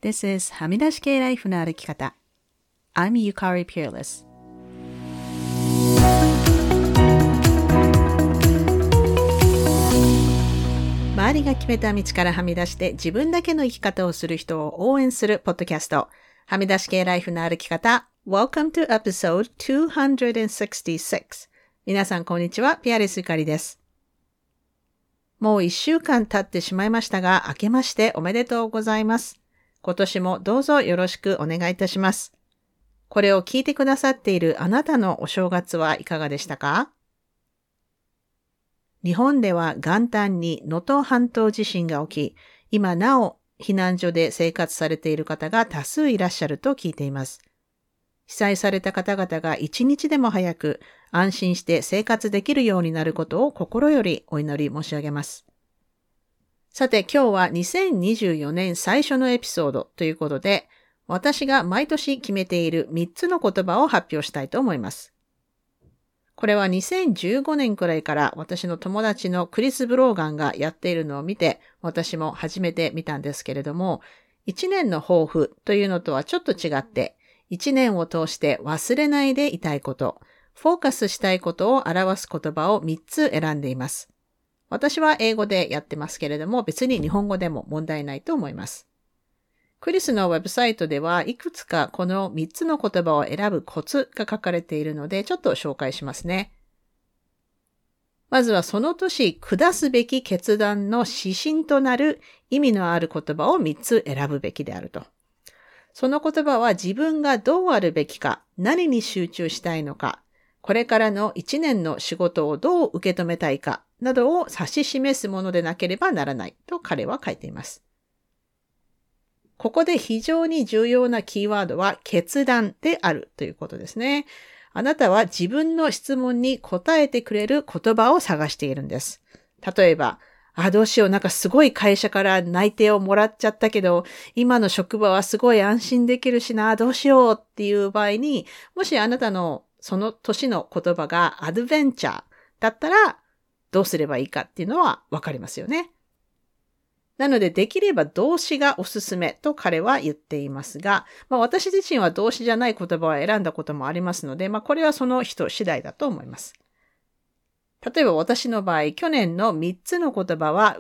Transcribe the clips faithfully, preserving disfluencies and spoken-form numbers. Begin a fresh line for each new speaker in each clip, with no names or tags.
This is はみ出し系ライフの歩き方。I'm Yukari Peerless。周りが決めた道からはみ出して自分だけの生き方をする人を応援するポッドキャスト。はみ出し系ライフの歩き方。Welcome to episode two sixty-six。皆さんこんにちは。ピアレスゆかりです。もう一週間経ってしまいましたが、明けましておめでとうございます。今年もどうぞよろしくお願いいたします。これを聞いてくださっているあなたのお正月はいかがでしたか？日本では元旦に能登半島地震が起き、今なお避難所で生活されている方が多数いらっしゃると聞いています。被災された方々が一日でも早く安心して生活できるようになることを心よりお祈り申し上げます。さて今日はにせんにじゅうよねん最初のエピソードということで、私が毎年決めているみっつの言葉を発表したいと思います。これはにせんじゅうごねんくらいから私の友達のクリス・ブローガンがやっているのを見て、私も始めてみたんですけれども、いちねんの抱負というのとはちょっと違って、いちねんを通して忘れないでいたいこと、フォーカスしたいことを表す言葉をみっつ選んでいます。私は英語でやってますけれども、別に日本語でも問題ないと思います。クリスのウェブサイトではいくつかこのみっつの言葉を選ぶコツが書かれているので、ちょっと紹介しますね。まずはその年下すべき決断の指針となる意味のある言葉をみっつ選ぶべきであると。その言葉は自分がどうあるべきか、何に集中したいのか、これからのいちねんの仕事をどう受け止めたいかなどを指し示すものでなければならないと彼は書いています。ここで非常に重要なキーワードは決断であるということですね。あなたは自分の質問に答えてくれる言葉を探しているんです。例えば、あ、どうしよう、なんかすごい会社から内定をもらっちゃったけど、今の職場はすごい安心できるしな、どうしようっていう場合に、もしあなたのその年の言葉がアドベンチャーだったら、どうすればいいかっていうのはわかりますよね。なので、できれば動詞がおすすめと彼は言っていますが、まあ私自身は動詞じゃない言葉を選んだこともありますので、まあこれはその人次第だと思います。例えば私の場合、去年のみっつの言葉は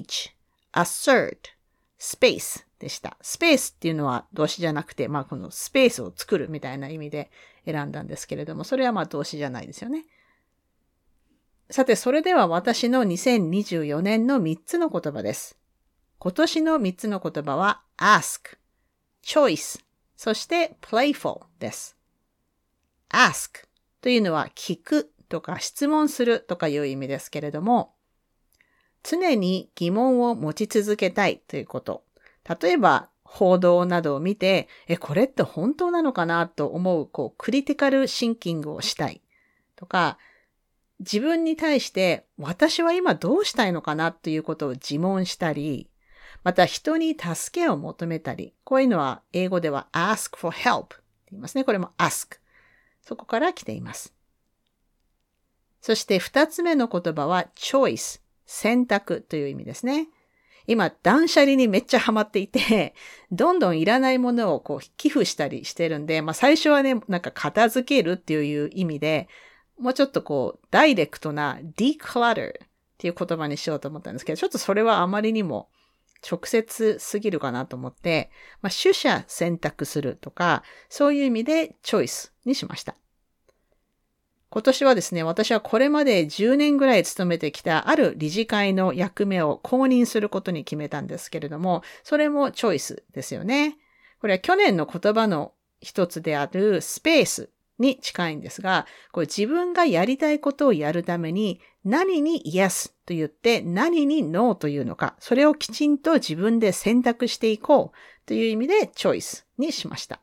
reach、assert、space でした。space っていうのは動詞じゃなくて、まあこのスペースを作るみたいな意味で選んだんですけれども、それはまあ動詞じゃないですよね。さて、それでは私のにせんにじゅうよねんのみっつの言葉です。今年のみっつの言葉は ask、choice、そして playful です。ask というのは聞くとか質問するとかいう意味ですけれども、常に疑問を持ち続けたいということ。例えば報道などを見て、え、これって本当なのかなと思う、こうクリティカルシンキングをしたいとか、自分に対して私は今どうしたいのかなということを自問したり、また人に助けを求めたり、こういうのは英語では ask for help って言いますね。これも ask。そこから来ています。そして二つ目の言葉は choice、選択という意味ですね。今、断捨離にめっちゃハマっていて、どんどんいらないものをこう寄付したりしてるんで、まあ最初はね、なんか片付けるっていう意味で、もうちょっとこう、ダイレクトな declutter っていう言葉にしようと思ったんですけど、ちょっとそれはあまりにも直接すぎるかなと思って、まあ取捨選択するとか、そういう意味でチョイスにしました。今年はですね、私はこれまでじゅうねんぐらい勤めてきたある理事会の役目を公認することに決めたんですけれども、それもチョイスですよね。これは去年の言葉の一つであるスペースに近いんですが、これ自分がやりたいことをやるために何に Yes と言って何に No というのか、それをきちんと自分で選択していこうという意味でチョイスにしました。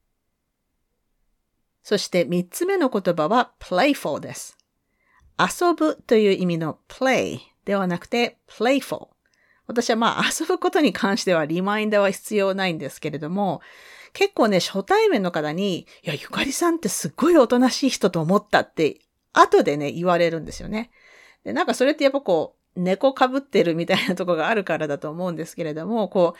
そして三つ目の言葉は playful です。遊ぶという意味の play ではなくて playful。私はまあ遊ぶことに関してはリマインダーは必要ないんですけれども、結構ね、初対面の方に、いや、ゆかりさんってすっごいおとなしい人と思ったって、後でね、言われるんですよね。で、なんかそれってやっぱこう、猫被ってるみたいなところがあるからだと思うんですけれども、こう、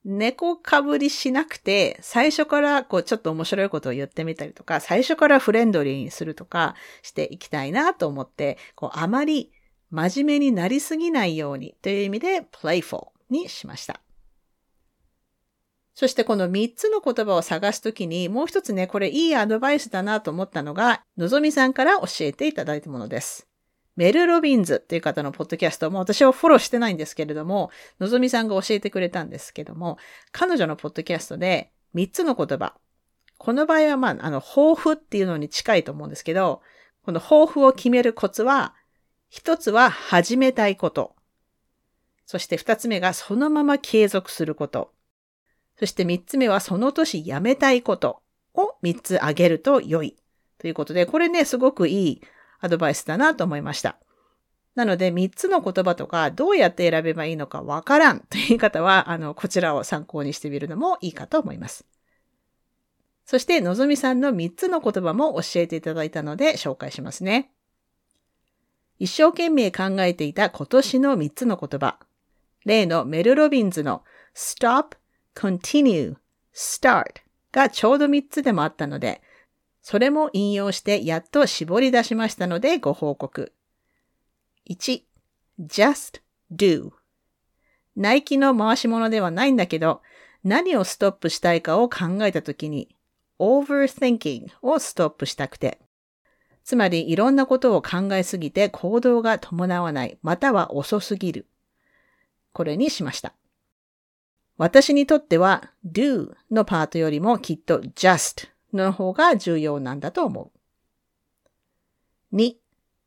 猫かぶりしなくて、最初からこうちょっと面白いことを言ってみたりとか、最初からフレンドリーにするとかしていきたいなと思って、こうあまり真面目になりすぎないようにという意味で playful にしました。そしてこのみっつの言葉を探すときにもう一つね、これいいアドバイスだなと思ったのが、のぞみさんから教えていただいたものです。メル・ロビンズっていう方のポッドキャストも私はフォローしてないんですけれども、のぞみさんが教えてくれたんですけども、彼女のポッドキャストでみっつの言葉。この場合はまあ、あの、抱負っていうのに近いと思うんですけど、この抱負を決めるコツは、一つは始めたいこと。そして二つ目がそのまま継続すること。そして三つ目はその年やめたいことを三つ挙げると良い。ということで、これね、すごくいいアドバイスだなと思いました。なので、みっつの言葉とか、どうやって選べばいいのかわからんという方は、あの、こちらを参考にしてみるのもいいかと思います。そして、のぞみさんのみっつの言葉も教えていただいたので、紹介しますね。一生懸命考えていた今年のみっつの言葉。例のメル・ロビンズの stop, continue, start がちょうどみっつでもあったので、それも引用してやっと絞り出しましたのでご報告。いち. just do。ナイキの回し物ではないんだけど、何をストップしたいかを考えたときに、overthinking をストップしたくて。つまりいろんなことを考えすぎて行動が伴わない、または遅すぎる。これにしました。私にとっては do のパートよりもきっと justの方が重要なんだと思う。に.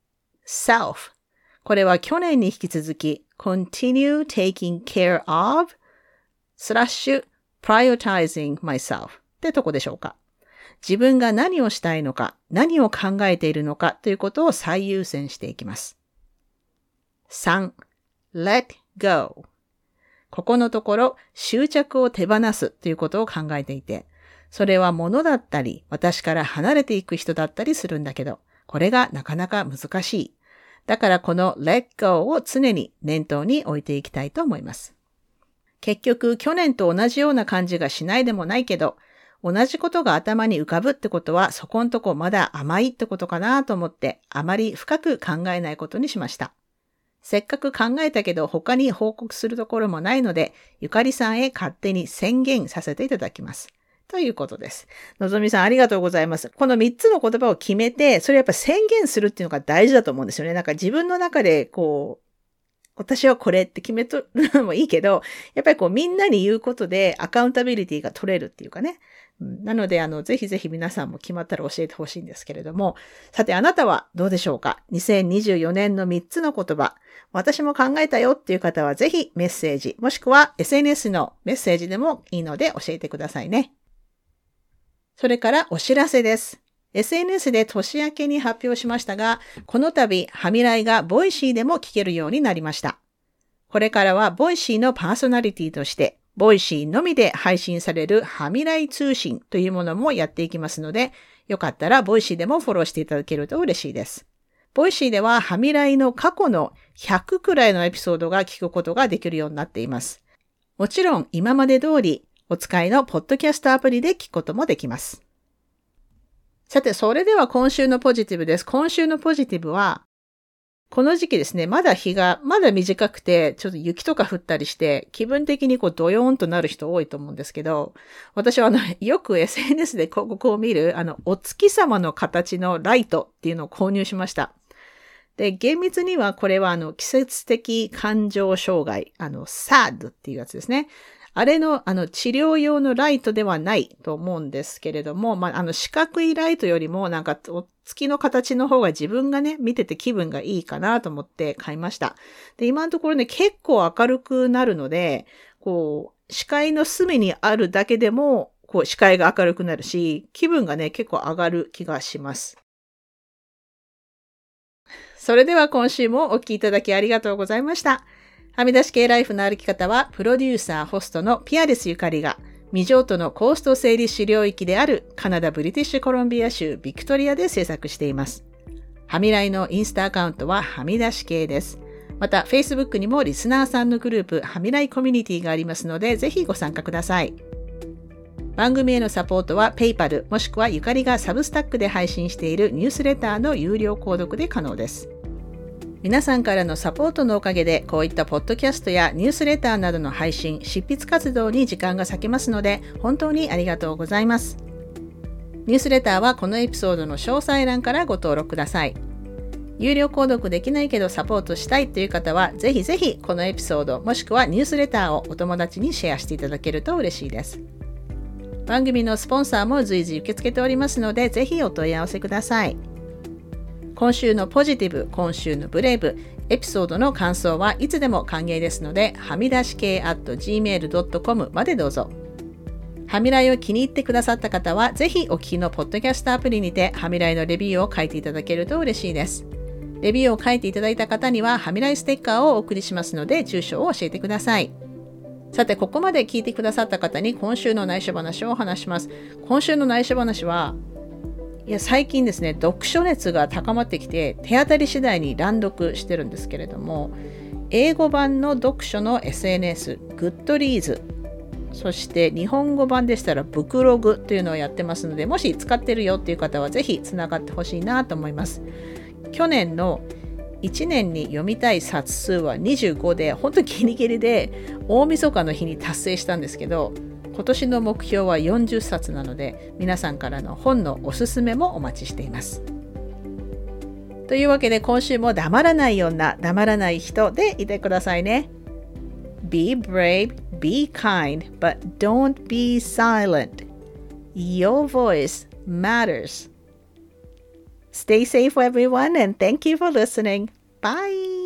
self。これは去年に引き続き continue taking care of スラッシュ prioritizing myself ってとこでしょうか。自分が何をしたいのか、何を考えているのかということを最優先していきます。さん. let go。ここのところ執着を手放すということを考えていて、それは物だったり、私から離れていく人だったりするんだけど、これがなかなか難しい。だからこの let go を常に念頭に置いていきたいと思います。結局、去年と同じような感じがしないでもないけど、同じことが頭に浮かぶってことは、そこんとこまだ甘いってことかなと思って、あまり深く考えないことにしました。せっかく考えたけど他に報告するところもないので、ゆかりさんへ勝手に宣言させていただきます。ということです。のぞみさんありがとうございます。このみっつの言葉を決めて、それやっぱ宣言するっていうのが大事だと思うんですよね。なんか自分の中でこう、私はこれって決めとるのもいいけど、やっぱりこうみんなに言うことでアカウンタビリティが取れるっていうかね。なので、あの、ぜひぜひ皆さんも決まったら教えてほしいんですけれども、さてあなたはどうでしょうか？ にせんにじゅうよねんのみっつの言葉、私も考えたよっていう方はぜひメッセージ、もしくは エスエヌエス のメッセージでもいいので教えてくださいね。それからお知らせです。エスエヌエス で年明けに発表しましたが、この度、はみらいがボイシーでも聞けるようになりました。これからはボイシーのパーソナリティとして、ボイシーのみで配信されるはみらい通信というものもやっていきますので、よかったらボイシーでもフォローしていただけると嬉しいです。ボイシーでははみらいの過去のひゃくくらいのエピソードが聞くことができるようになっています。もちろん今まで通りお使いのポッドキャストアプリで聞くこともできます。さて、それでは今週のポジティブです。今週のポジティブは、この時期ですね、まだ日が、まだ短くて、ちょっと雪とか降ったりして、気分的にこうドヨーンとなる人多いと思うんですけど、私はあの、よく エスエヌエス で広告を見る、あの、お月様の形のライトっていうのを購入しました。で、厳密にはこれはあの、季節的感情障害、あの、サッド っていうやつですね。あれの、あの、治療用のライトではないと思うんですけれども、まあ、あの、四角いライトよりも、なんか、お月の形の方が自分がね、見てて気分がいいかなと思って買いました。で、今のところね、結構明るくなるので、こう、視界の隅にあるだけでも、こう、視界が明るくなるし、気分がね、結構上がる気がします。それでは今週もお聞きいただきありがとうございました。はみ出し系ライフの歩き方は、プロデューサー、ホストのピアレスゆかりが、未譲渡のコースト整理主領域であるカナダ・ブリティッシュコロンビア州ビクトリアで制作しています。はみらいのインスタアカウントははみ出し系です。 また Facebook にもリスナーさんのグループはみらいコミュニティがありますので、ぜひご参加ください。番組へのサポートは PayPal もしくはゆかりがサブスタックで配信しているニュースレターの有料購読で可能です。皆さんからのサポートのおかげでこういったポッドキャストやニュースレターなどの配信、執筆活動に時間が割けますので本当にありがとうございます。ニュースレターはこのエピソードの詳細欄からご登録ください。有料購読できないけどサポートしたいという方はぜひぜひこのエピソードもしくはニュースレターをお友達にシェアしていただけると嬉しいです。番組のスポンサーも随時受け付けておりますのでぜひお問い合わせください。今週のポジティブ、今週のブレイブ、エピソードの感想はいつでも歓迎ですのではみ出し系 アットジーメールドットコム までどうぞ。はみらいを気に入ってくださった方はぜひお聞きのポッドキャストアプリにてはみらいのレビューを書いていただけると嬉しいです。レビューを書いていただいた方にははみらいステッカーをお送りしますので住所を教えてください。さて、ここまで聞いてくださった方に今週の内緒話を話します。今週の内緒話はいや最近ですね、読書熱が高まってきて手当たり次第に乱読してるんですけれども、英語版の読書の エスエヌエス グッドリーズ、そして日本語版でしたらブクログというのをやってますので、もし使ってるよっていう方はぜひつながってほしいなと思います。去年のいちねんに読みたい冊数はにじゅうごで、本当にギリギリで大晦日の日に達成したんですけど、今年の目標はよんじゅっさつなので皆さんからの本のおすすめもお待ちしています。というわけで今週も黙らない女、黙らない人でいてくださいね。Be brave, be kind, but don't be silent. Your voice matters.Stay safe, everyone, and thank you for listening. Bye.